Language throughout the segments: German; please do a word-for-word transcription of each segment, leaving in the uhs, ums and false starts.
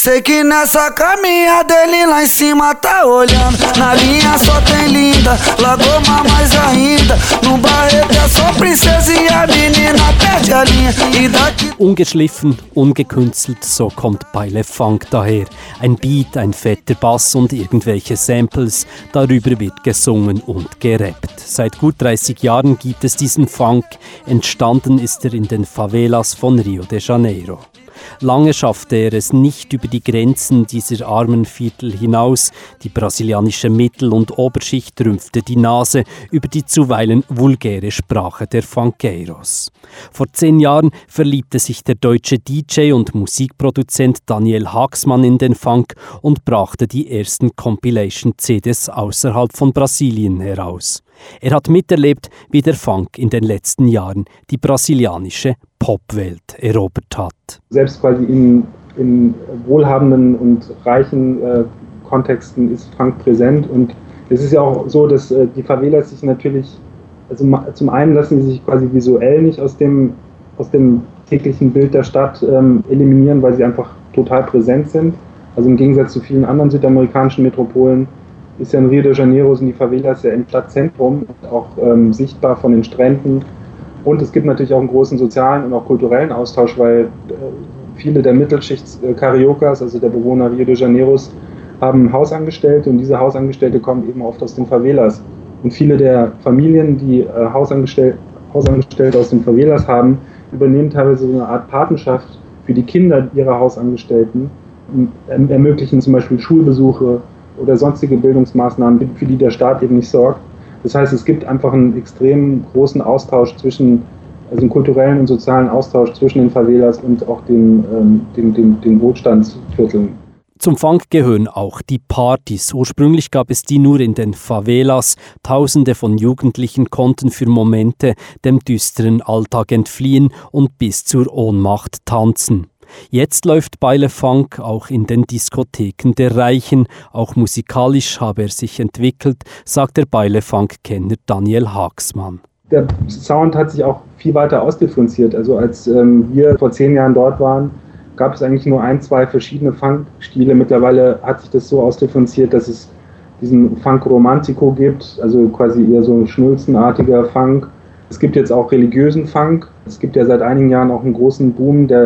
Sei que nessa caminhada ele lá em cima tá olhando. Na linha só tem linda, Lagoma mais ainda. No Barreto é só princesa e a menina perde a linha. E daqui... Ungeschliffen, ungekünstelt, so kommt Beile Funk daher. Ein Beat, ein fetter Bass und irgendwelche Samples. Darüber wird gesungen und gerappt. Seit gut dreißig Jahren gibt es diesen Funk. Entstanden ist er in den Favelas von Rio de Janeiro. Lange schaffte er es nicht über die Grenzen dieser armen Viertel hinaus. Die brasilianische Mittel- und Oberschicht rümpfte die Nase über die zuweilen vulgäre Sprache der Funkeiros. Vor zehn Jahren verliebte sich der deutsche D J und Musikproduzent Daniel Haaksman in den Funk und brachte die ersten Compilation-C Ds außerhalb von Brasilien heraus. Er hat miterlebt, wie der Funk in den letzten Jahren die brasilianische Popwelt erobert hat. Selbst quasi in, in wohlhabenden und reichen äh, Kontexten ist Funk präsent. Und es ist ja auch so, dass äh, die Favelas sich natürlich, also zum einen lassen sie sich quasi visuell nicht aus dem, aus dem täglichen Bild der Stadt ähm, eliminieren, weil sie einfach total präsent sind. Also im Gegensatz zu vielen anderen südamerikanischen Metropolen ist ja in Rio de Janeiro sind die Favelas ja im Stadtzentrum, auch ähm, sichtbar von den Stränden. Und es gibt natürlich auch einen großen sozialen und auch kulturellen Austausch, weil äh, viele der Mittelschichts-Cariocas, also der Bewohner Rio de Janeiros, haben Hausangestellte und diese Hausangestellte kommen eben oft aus den Favelas. Und viele der Familien, die äh, Hausangestell- Hausangestellte aus den Favelas haben, übernehmen teilweise so eine Art Patenschaft für die Kinder ihrer Hausangestellten und ähm, ermöglichen zum Beispiel Schulbesuche oder sonstige Bildungsmaßnahmen, für die der Staat eben nicht sorgt. Das heißt, es gibt einfach einen extrem großen Austausch zwischen, also einen kulturellen und sozialen Austausch zwischen den Favelas und auch den, ähm, den, den, den Wohlstandsvierteln. Zum Funk gehören auch die Partys. Ursprünglich gab es die nur in den Favelas. Tausende von Jugendlichen konnten für Momente dem düsteren Alltag entfliehen und bis zur Ohnmacht tanzen. Jetzt läuft Beile Funk auch in den Diskotheken der Reichen. Auch musikalisch habe er sich entwickelt, sagt der Beile Funk-Kenner Daniel Haaksman. Der Sound hat sich auch viel weiter ausdifferenziert. Also als ähm, wir vor zehn Jahren dort waren, gab es eigentlich nur ein, zwei verschiedene Funk-Stile. Mittlerweile hat sich das so ausdifferenziert, dass es diesen Funk Romantico gibt, also quasi eher so ein schnulzenartiger Funk. Es gibt jetzt auch religiösen Funk. Es gibt ja seit einigen Jahren auch einen großen Boom der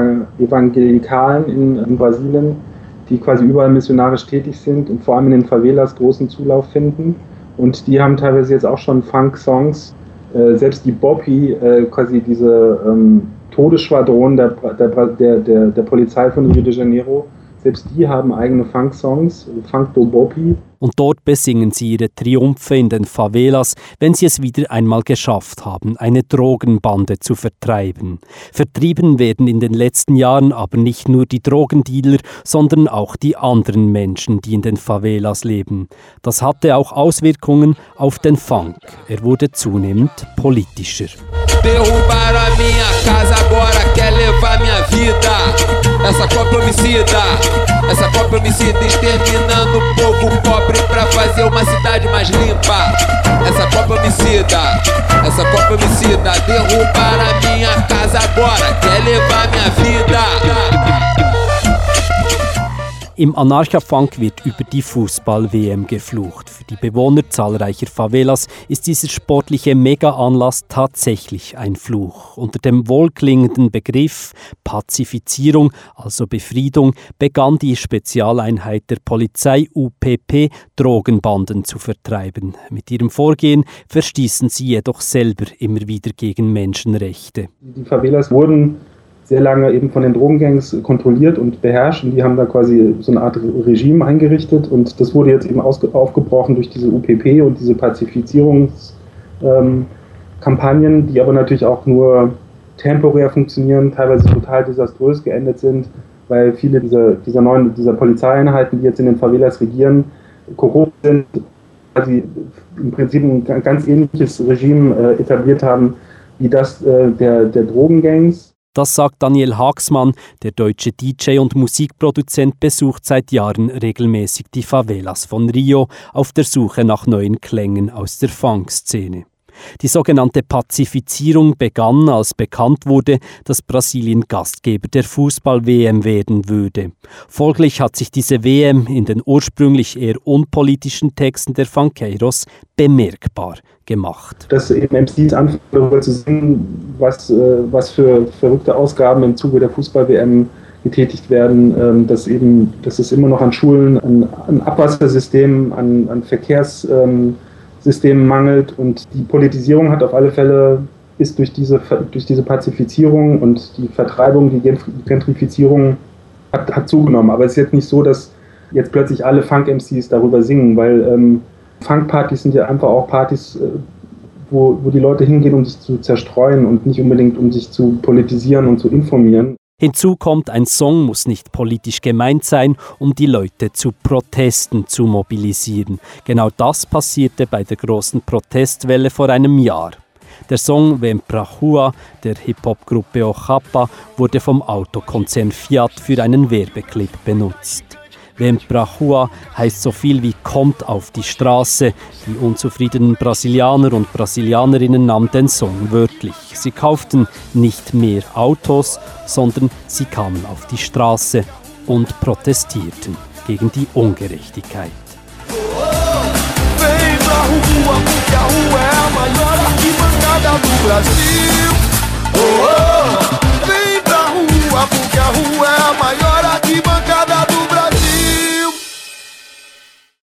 Evangelikalen in, in Brasilien, die quasi überall missionarisch tätig sind und vor allem in den Favelas großen Zulauf finden. Und die haben teilweise jetzt auch schon Funk-Songs. Äh, selbst die Bopi, äh, quasi diese ähm, Todesschwadron der, der, der, der, der Polizei von Rio de Janeiro, selbst die haben eigene Funk-Songs, Funk do Bopi. Und dort besingen sie ihre Triumphe in den Favelas, wenn sie es wieder einmal geschafft haben, eine Drogenbande zu vertreiben. Vertrieben werden in den letzten Jahren aber nicht nur die Drogendealer, sondern auch die anderen Menschen, die in den Favelas leben. Das hatte auch Auswirkungen auf den Funk. Er wurde zunehmend politischer. Derrubaram a minha casa, agora quer levar minha vida. Essa Copa homicida, essa Copa homicida exterminando o povo pobre pra fazer uma cidade mais limpa. Essa Copa homicida, essa Copa homicida. Derrubaram a minha casa, agora quer levar minha vida. Im Anarcha-Funk wird über die Fußball-W M geflucht. Für die Bewohner zahlreicher Favelas ist dieser sportliche Mega-Anlass tatsächlich ein Fluch. Unter dem wohlklingenden Begriff Pazifizierung, also Befriedung, begann die Spezialeinheit der Polizei U P P, Drogenbanden zu vertreiben. Mit ihrem Vorgehen verstießen sie jedoch selber immer wieder gegen Menschenrechte. Die Favelas wurden sehr lange eben von den Drogengangs kontrolliert und beherrscht und die haben da quasi so eine Art Regime eingerichtet und das wurde jetzt eben ausge- aufgebrochen durch diese U P P und diese Pazifizierungskampagnen, ähm, die aber natürlich auch nur temporär funktionieren, teilweise total desaströs geendet sind, weil viele dieser, dieser neuen dieser Polizeieinheiten, die jetzt in den Favelas regieren, korrupt sind, quasi im Prinzip ein ganz ähnliches Regime äh, etabliert haben wie das äh, der, der Drogengangs. Das sagt Daniel Haaksman, der deutsche D J und Musikproduzent besucht seit Jahren regelmäßig die Favelas von Rio auf der Suche nach neuen Klängen aus der Funk-Szene. Die sogenannte Pazifizierung begann, als bekannt wurde, dass Brasilien Gastgeber der Fußball-W M werden würde. Folglich hat sich diese W M in den ursprünglich eher unpolitischen Texten der Funkeiros bemerkbar gemacht. Dass eben M Cs anfangen, darüber zu singen, was, was für verrückte Ausgaben im Zuge der Fußball-W M getätigt werden, dass eben, dass es immer noch an Schulen, an, an Abwassersystem, an, an Verkehrssystemen mangelt, und die Politisierung hat auf alle Fälle, ist durch diese, durch diese Pazifizierung und die Vertreibung, die Gentrifizierung hat, hat zugenommen. Aber es ist jetzt nicht so, dass jetzt plötzlich alle Funk-M Cs darüber singen, weil ähm, Funk-Partys sind ja einfach auch Partys, äh, wo, wo die Leute hingehen, um sich zu zerstreuen und nicht unbedingt um sich zu politisieren und zu informieren. Hinzu kommt, ein Song muss nicht politisch gemeint sein, um die Leute zu Protesten zu mobilisieren. Genau das passierte bei der großen Protestwelle vor einem Jahr. Der Song Vem pra Rua der Hip-Hop-Gruppe Ochapa wurde vom Autokonzern Fiat für einen Werbeclip benutzt. Vem pra Rua heißt so viel wie kommt auf die Straße. Die unzufriedenen Brasilianer und Brasilianerinnen nahmen den Song wörtlich. Sie kauften nicht mehr Autos, sondern sie kamen auf die Straße und protestierten gegen die Ungerechtigkeit. Vem pra rua, porque a rua é a maior arquibancada do Brasil. Oh, oh. Vem pra rua, porque a rua é a maior arquibancada